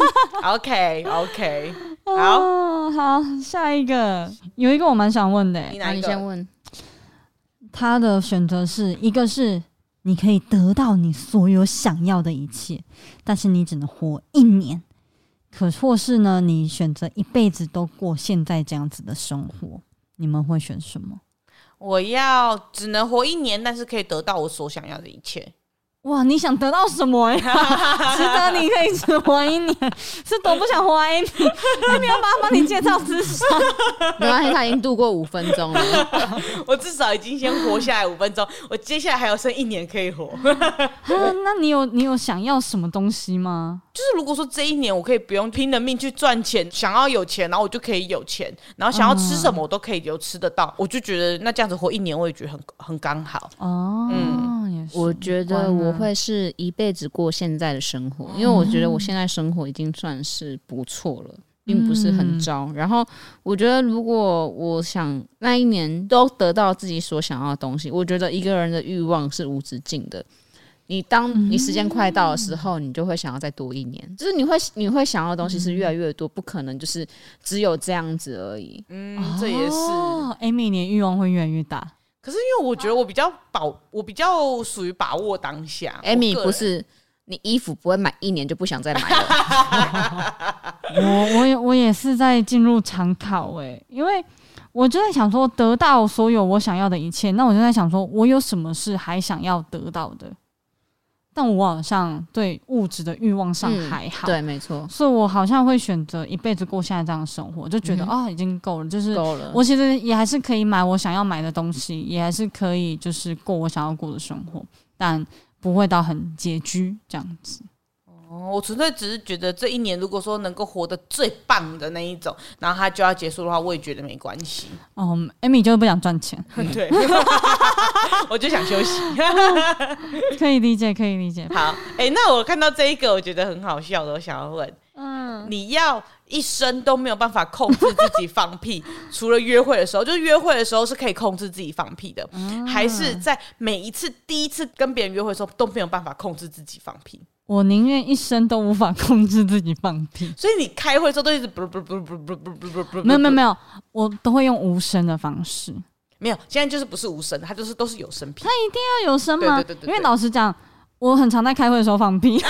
，OK OK， 好、 哦、好，下一个有一个我蛮想问的， 你哪一个？ 你先问。 他的选择是一个是。你可以得到你所有想要的一切，但是你只能活一年。可或是呢，你选择一辈子都过现在这样子的生活，你们会选什么？ 我要只能活一年，但是可以得到我所想要的一切。 哇，你想得到什么呀？值得你可以只活一年，是多不想活一年？那你要帮他帮你介绍智商？ 没关系，他已经度过五分钟了。 我至少已经先活下来五分钟，我接下来还有剩一年可以活。 啊、那你有你有想要什么东西吗？ 就是如果说这一年我可以不用拼了命去赚钱，想要有钱，然后我就可以有钱，然后想要吃什么我都可以有吃得到，嗯、我就觉得那这样子活一年，我也觉得很很刚好。 哦，嗯，也是。 我觉得我会是一辈子过现在的生活，因为我觉得我现在生活已经算是不错了。并不是很糟、嗯、然后我觉得如果我想那一年都得到自己所想要的东西，我觉得一个人的欲望是无止境的。你当你时间快到的时候、嗯、你就会想要再多一年，就是你会你会想要的东西是越来越多、嗯、不可能就是只有这样子而已。 嗯，这也是、 哦、Amy 你的欲望会越来越大。 可是因为我觉得我比较把我比较属于把握当下。 Amy 不是你衣服不会买一年就不想再买了。 我我也我也是在进入常考哎、欸，因为我就在想说，得到所有我想要的一切，那我就在想说，我有什么是还想要得到的？但我好像对物质的欲望上还好， 嗯、对，没错， 所以我好像会选择一辈子过现在这样的生活，就觉得啊、嗯哦，已经够了，就是够了。 我其实也还是可以买我想要买的东西，也还是可以就是过我想要过的生活，但不会到很拮据这样子。 哦，我纯粹只是觉得这一年如果说能够活得最棒的那一种，然后它就要结束的话，我也觉得没关系。 哦 ，Amy 就是不想赚钱， 对，我就想休息。 可以理解，可以理解。 好，哎、欸，那我看到这一个我觉得很好笑的，我想要问，嗯，你要一生都没有办法控制自己放屁，除了约会的时候，就是约会的时候是可以控制自己放屁的，嗯、还是在每一次第一次跟别人约会的时候都没有办法控制自己放屁？ 我宁愿一生都无法控制自己放屁。 所以你开会的时候都一直不不不不不不不不， 没有没有没有，我都会用无声的方式。 没有，现在就是不是无声，它就是都是有声屁。 它一定要有声吗？ 对对对对对， 因为老实讲，我很常在开会的时候放屁。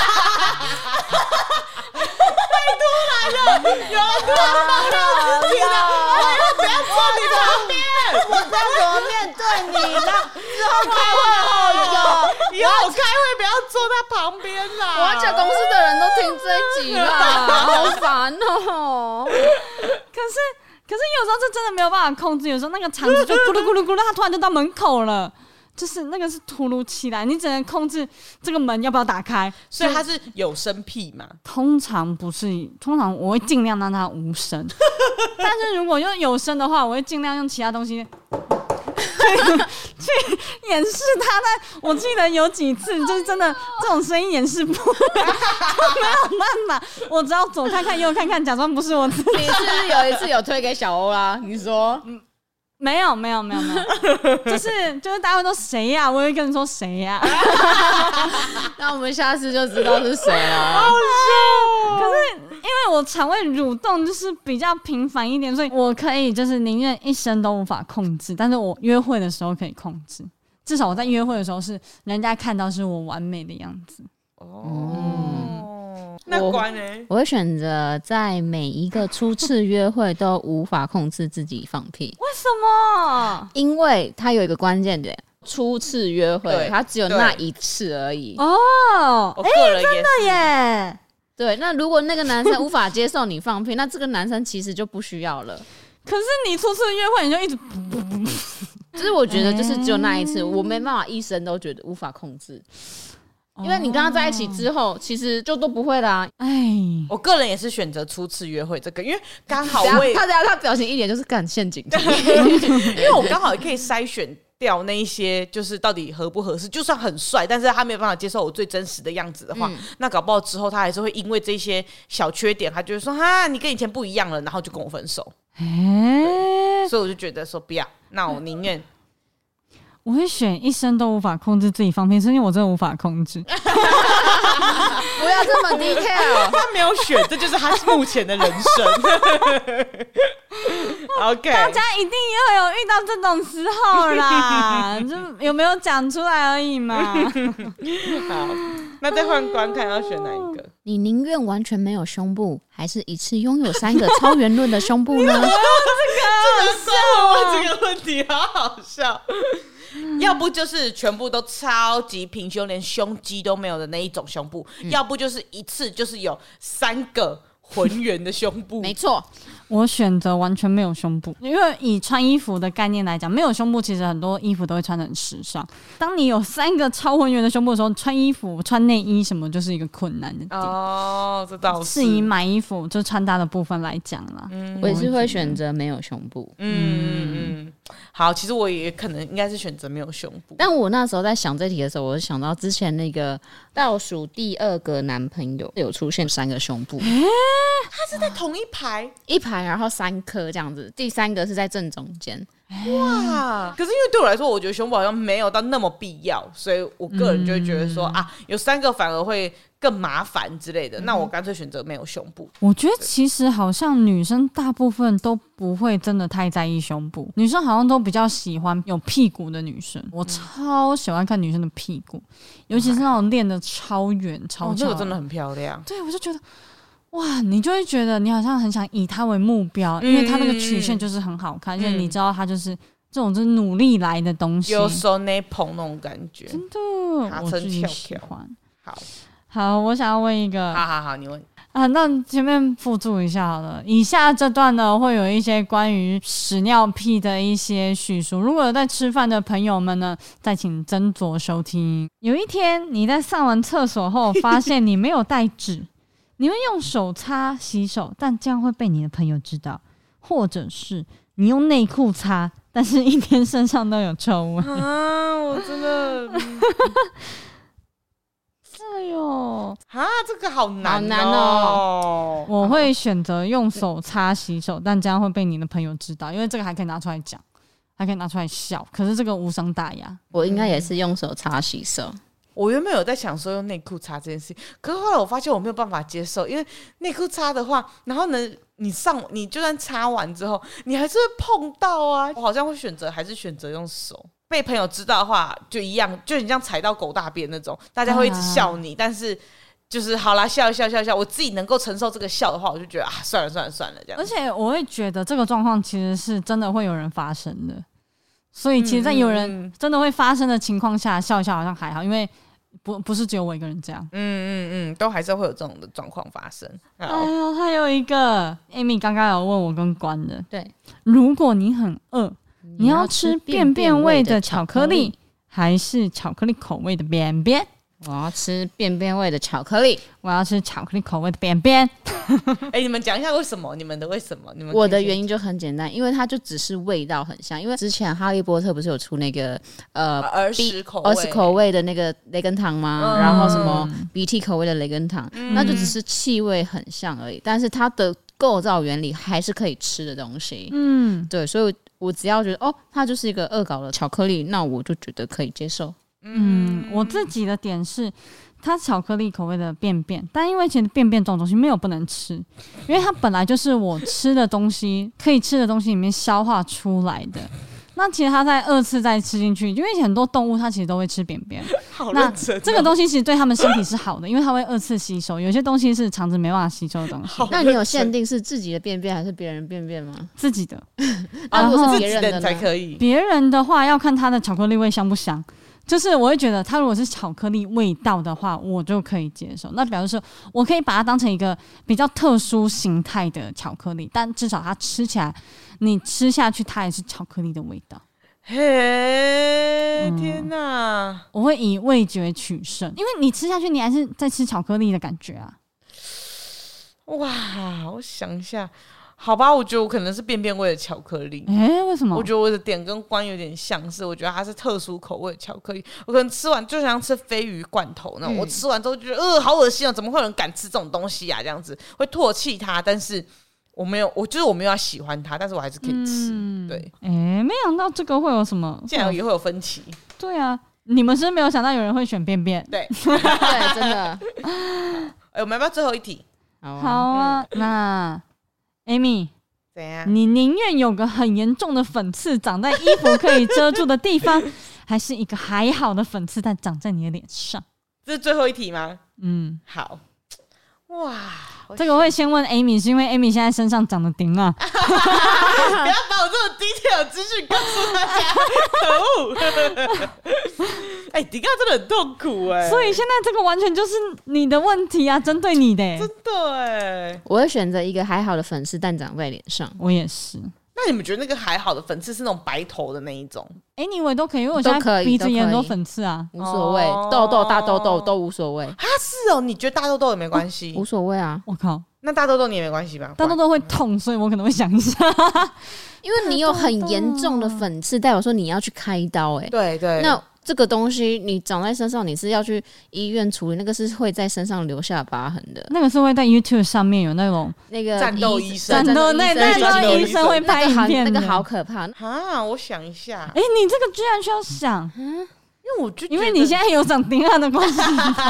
有人突然爆料自己的，我不要坐你旁边， 我知道怎么面对你了。之后开会后有， 以后我开会不要坐他旁边啦。 我要叫公司的人都听这一集啦，好烦哦。 可是，可是有时候是真的没有办法控制，有时候那个肠子就咕噜咕噜咕噜，它突然就到门口了。就是那个是突如其来，你只能控制这个门要不要打开， 所以它是有声屁嘛？ 通常不是，通常我会尽量让它无声，但是如果用有声的话，我会尽量用其他东西去去掩饰它。但我记得有几次就是真的这种声音掩饰不了，就没有办法，我只要左看看右看看，假装不是我自己。 你是不是有一次有推给小欧啦？你说？嗯， 没有没有没有没有，就是就是大家会说谁呀、啊？我会跟你说谁呀、啊？ 那我们下次就知道是谁了。 好笑、 哦！可是因为我肠胃蠕动就是比较频繁一点，所以我可以就是宁愿一生都无法控制，但是我约会的时候可以控制。至少我在约会的时候是人家看到是我完美的样子。 哦，那关呢？ 我会选择在每一个初次约会都无法控制自己放屁。 为什么？ 因为它有一个关键点，初次约会它只有那一次而已。 哦， 我个人也是、 欸、真的耶。 对，那如果那个男生无法接受你放屁，那这个男生其实就不需要了。 可是你初次约会你就一直就是我觉得就是只有那一次，我没办法一生都觉得无法控制。因为你跟他在一起之后，其实就都不会啦。 哎， 我个人也是选择初次约会这个，因为刚好我也他他他表情一脸就是干陷阱题， 因为我刚好也可以筛选掉那一些，就是到底合不合适。就算很帅，但是他没有办法接受我最真实的样子的话，嗯、那搞不好之后他还是会因为这些小缺点，他就会说哈，你跟以前不一样了，然后就跟我分手。欸、所以我就觉得说不要，那我宁愿。 我会选一生都无法控制自己放屁，是因为我真的无法控制。 不要这么 detail， 他没有选，这就是他目前的人生。OK， 大家一定也有遇到这种时候啦，就有没有讲出来而已嘛。 好，那再换观看要选哪一个？ 你宁愿完全没有胸部，还是一次拥有三个超圆润的胸部呢？这个问这个问题好好笑。要不就是全部都超级平胸，连胸肌都没有的那一种胸部，嗯、要不就是一次就是有三个浑圆的胸部。 没错， 我选择完全没有胸部，因为以穿衣服的概念来讲，没有胸部其实很多衣服都会穿得很时尚。当你有三个超浑圆的胸部的时候，穿衣服、穿内衣什么就是一个困难的点。 哦，这倒是。 是以买衣服就穿搭的部分来讲啦， 嗯、我也是会选择没有胸部。 嗯嗯。好，其实我也可能应该是选择没有胸部， 但我那时候在想这题的时候，我就想到之前那个倒数第二个男朋友有出现三个胸部， 欸、他是在同一排一排，然后三颗这样子，第三个是在正中间。 哇！可是因为对我来说，我觉得胸部好像没有到那么必要，所以我个人就会觉得说、嗯、啊，有三个反而会更麻烦之类的。嗯、那我干脆选择没有胸部。 我觉得其实好像女生大部分都不会真的太在意胸部，女生好像都比较喜欢有屁股的女生。我超喜欢看女生的屁股，尤其是那种练得超圆、超翘、 哦，这个真的很漂亮。 对，我就觉得。哇，你就会觉得你好像很想以它为目标，因为它那个曲线就是很好看，而且、嗯、你知道它就是这种就是努力来的东西， 有手内捧那种感觉， 真的，我自己喜欢。 好， 好，我想要问一个， 好好好，你问啊，那前面附注一下好了。以下这段呢，会有一些关于屎尿屁的一些叙述，如果有在吃饭的朋友们呢，再请斟酌收听。有一天，你在上完厕所后，发现你没有带纸。你会用手擦洗手，但这样会被你的朋友知道，或者是你用内裤擦，但是一天身上都有臭味啊！我真的， 哎呦啊，这个好难、喔、 好难哦！ 我会选择用手擦洗手，但这样会被你的朋友知道，因为这个还可以拿出来讲，还可以拿出来笑，可是这个无伤大雅。 我应该也是用手擦洗手。 我原本有在想说用内裤擦这件事情，可是后来我发现我没有办法接受，因为内裤擦的话，然后呢，你上你就算擦完之后，你还是会碰到啊。我好像会选择还是选择用手。被朋友知道的话，就一样，就你像踩到狗大便那种，大家会一直笑你，啊、但是就是好啦，笑一笑笑一笑，我自己能够承受这个笑的话，我就觉得啊，算了算了算了这样。 而且我会觉得这个状况其实是真的会有人发生的，所以其实在有人真的会发生的情况下，笑一笑好像还好，因为。不不是只有我一个人这样， 嗯嗯嗯，都还是会有这种的状况发生。 哎呦，还有一个 Amy 刚刚有问我跟关的， 对， 如果你很饿，你要吃便便味的巧克力，还是巧克力口味的便便？ 我要吃便便味的巧克力， 我要吃巧克力口味的便便。 哎、欸，你们讲一下为什么？你们的为什么？你们我的原因就很简单，因为它就只是味道很像。因为之前哈利波特不是有出那个呃儿时口味儿时口味的那个雷根糖吗？嗯、然后什么鼻涕口味的雷根糖，嗯、那就只是气味很像而已，但是它的构造原理还是可以吃的东西。嗯，对，所以我只要觉得哦，它就是一个恶搞的巧克力，那我就觉得可以接受。 嗯，我自己的点是，它巧克力口味的便便，但因为其实便便这种东西没有不能吃，因为它本来就是我吃的东西，可以吃的东西里面消化出来的。那其实它在二次再吃进去，因为很多动物它其实都会吃便便。 好认真哦。 那这个东西其实对他们身体是好的，因为它会二次吸收。有些东西是肠子没办法吸收的东西。 那你有限定是自己的便便还是别人便便吗？ 自己的。 那如果是别人的呢？ 才可以。 别人的话要看它的巧克力味香不香。 就是我会觉得它如果是巧克力味道的话，我就可以接受。那表示说我可以把它当成一个比较特殊形态的巧克力，但至少它吃起来，你吃下去它也是巧克力的味道。 嘿，天哪、嗯！ 我会以味觉取胜，因为你吃下去，你还是在吃巧克力的感觉啊。 哇，我想一下，好吧，我觉得我可能是便便味的巧克力。 哎、欸，为什么？ 我觉得我的点跟关有点相似，我觉得它是特殊口味的巧克力。我可能吃完就像吃鲱鱼罐头那种，嗯、我吃完之后就觉得，呃，好恶心哦，怎么会有人敢吃这种东西啊？这样子会唾弃它，但是。我没有，我就是我没有要喜欢它，但是我还是可以吃。嗯、对， 哎、欸，没想到这个会有什么， 竟然也会有分歧。 对啊，你们是没有想到有人会选便便。 对， 对，真的。 哎、欸，我们要不要最后一题？ 好啊，好啊嗯、那 Amy， 怎样？ 你宁愿有个很严重的粉刺长在衣服可以遮住的地方，还是一个还好的粉刺但长在你的脸上？ 这是最后一题吗？ 嗯， 好。哇， 这个我会先问 Amy， 是因为 Amy 现在身上长的钉啊。 不要把我这种 detail 的资讯告诉大家，可恶！哎、欸，钉啊真的很痛苦哎、欸， 所以现在这个完全就是你的问题啊，针对你的、欸， 真的哎、欸。 我会选择一个还好的粉刺但长在脸上。 我也是。 那你们觉得那个还好的粉刺是那种白头的那一种？ 哎，你以为都可以？因为我现在鼻子也很多粉刺啊， 无所谓，痘痘、大痘痘都无所谓。 啊，是哦，你觉得大痘痘也没关系？ 无所谓啊！ 我靠， 那大痘痘你也没关系吧？ 大痘痘会痛，所以我可能会想一下， 因为你有很严重的粉刺，代表说你要去开刀、欸。哎， 对对， 那。这个东西你长在身上，你是要去医院处理，那个是会在身上留下疤痕的。 那个是会在 YouTube 上面有那种那个战斗医生， 战斗那战斗医生会拍影片， 那个好可怕啊！我想一下， 哎、欸，你这个居然需要想， 嗯，因为我就因为你现在有长钉案的关系。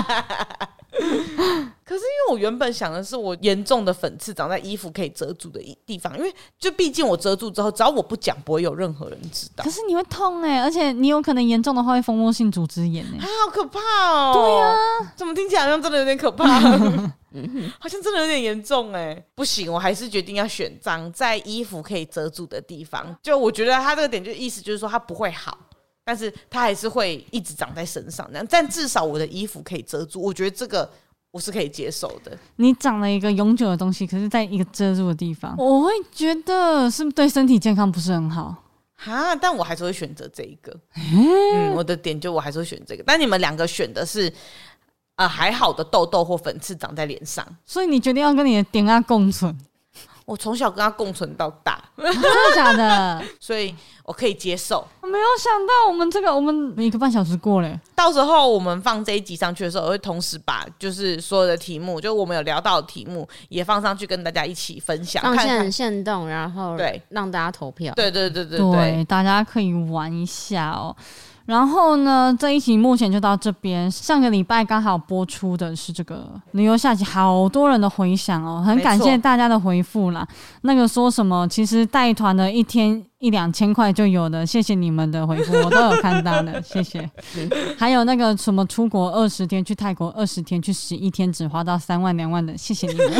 可是因为我原本想的是我严重的粉刺长在衣服可以遮住的地方，因为就毕竟我遮住之后，只要我不讲，不会有任何人知道。 可是你会痛哎、欸，而且你有可能严重的话会蜂窝性组织炎哎、欸， 啊，好可怕哦！ 对啊， 怎么听起来好像真的有点可怕？好像真的有点严重哎、欸，不行，我还是决定要选长在衣服可以遮住的地方。就我觉得他这个点就意思就是说他不会好。但是它还是会一直长在身上，这样，但至少我的衣服可以遮住，我觉得这个我是可以接受的。 你长了一个永久的东西，可是在一个遮住的地方，我会觉得是不是对身体健康不是很好哈，但我还是会选择这一个。嗯，我的点就我还是会选这个。但你们两个选的是呃还好的痘痘或粉刺长在脸上， 所以你决定要跟你的点啊共存。 我从小跟他共存到大， 真的假的？ 所以我可以接受。 我没有想到我们这个，我们一个半小时过了。 到时候我们放这一集上去的时候，我会同时把就是所有的题目，就我们有聊到的题目也放上去跟大家一起分享， 放线限动，然后对让大家投票。 对对对对对, 对，大家可以玩一下哦。然后呢，这一集目前就到这边。上个礼拜刚好播出的是这个旅游下集，好多人的回响哦，很感谢大家的回复啦。那个说什么，其实带团的一天一两千块就有的，谢谢你们的回复，我都有看到的，谢谢。还有那个什么出国二十天，去泰国二十天，去十一天只花到三万两万的，谢谢你们。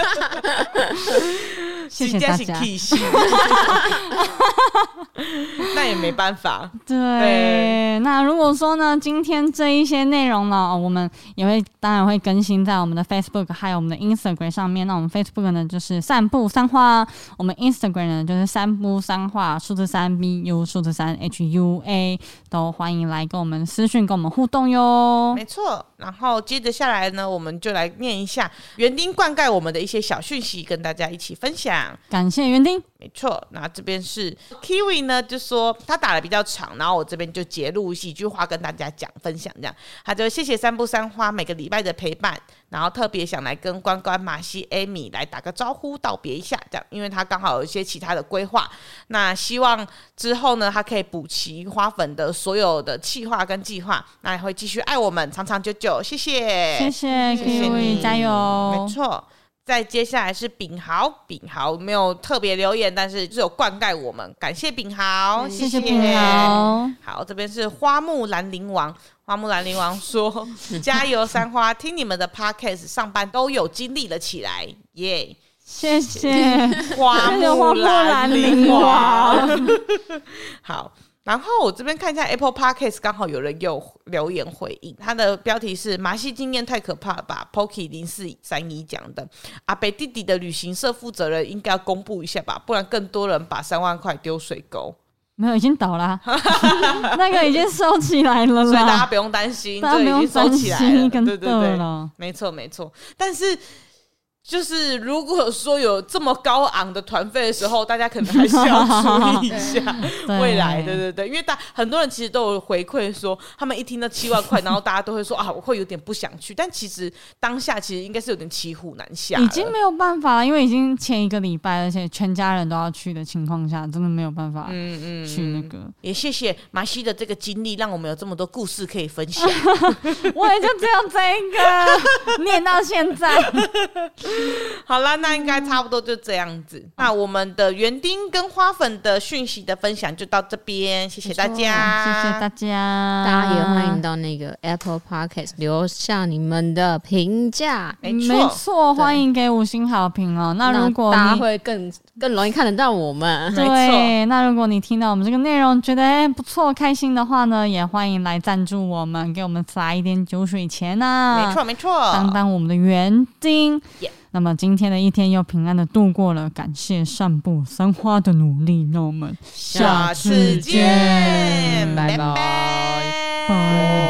谢谢大家。 那也没办法。 对，对，那如果说呢，今天这一些内容呢，我们也会当然会更新在我们的 Facebook 还有我们的 Instagram 上面。那我们 Facebook 呢就是散步三话，我们 Instagram 呢就是散步三话，数字三 B U 数字三 H U A， 都欢迎来跟我们私讯跟我们互动哟。 没错，然后接着下来呢，我们就来念一下园丁灌溉我们的一些小讯息，跟大家一起分享。 感谢园丁。 没错，那这边是 Kiwi 呢，就说他打的比较长，然后我这边就截录几句话跟大家讲分享，这样他就谢谢三步三花每个礼拜的陪伴，然后特别想来跟关关、马西、Amy 来打个招呼，道别一下，这样，因为他刚好有一些其他的规划，那希望之后呢，他可以补齐花粉的所有的企划跟计划，那也会继续爱我们，长长久久，谢谢， 谢谢 Kiwi， 加油， 没错。再接下来是炳豪，炳豪没有特别留言，但是就有灌溉我们，感谢炳豪， 谢谢炳豪。 好，这边是花木兰陵王，花木兰陵王说加油三花，听你们的 podcast 上班都有精力了起来，耶、yeah ！ 谢谢花木兰陵王。好。 然后我这边看一下 Apple Podcast， 刚好有人有留言回应，他的标题是马戏经验太可怕了吧 Pocky 零四三一讲的，阿北弟弟的旅行社负责人应该要公布一下吧，不然更多人把三万块丢水沟。 没有，已经倒了那个已经收起来了啦， 所以大家不用担心， 大家不用已经收起来了， 跟对对对， 了没错没错。但是就是如果说有这么高昂的团费的时候，大家可能还是要注意一下未来，对对对，因为大很多人其实都有回馈说，他们一听到七万块，然后大家都会说啊，我会有点不想去，但其实当下其实应该是有点骑虎难下了， 已经没有办法了，因为已经前一个礼拜，而且全家人都要去的情况下，真的没有办法嗯嗯去那个。 也谢谢马西的这个经历，让我们有这么多故事可以分享。 我也就只有这个念到现在。 好啦，那应该差不多就这样子。那我们的园丁跟花粉的讯息的分享就到这边，谢谢大家， 谢谢大家， 大家也欢迎到那个 Apple Podcast 留下你们的评价， 没错， 没错，欢迎给五星好评哦。那如果大家会更更容易看得到我们， 对，那如果你听到我们这个内容觉得哎不错开心的话呢，也欢迎来赞助我们，给我们撒一点酒水钱啊， 没错没错， 当当我们的园丁。 Yeah. 那么今天的一天又平安的度过了，感谢散步三花的努力，让我们下次见， 拜拜。 拜。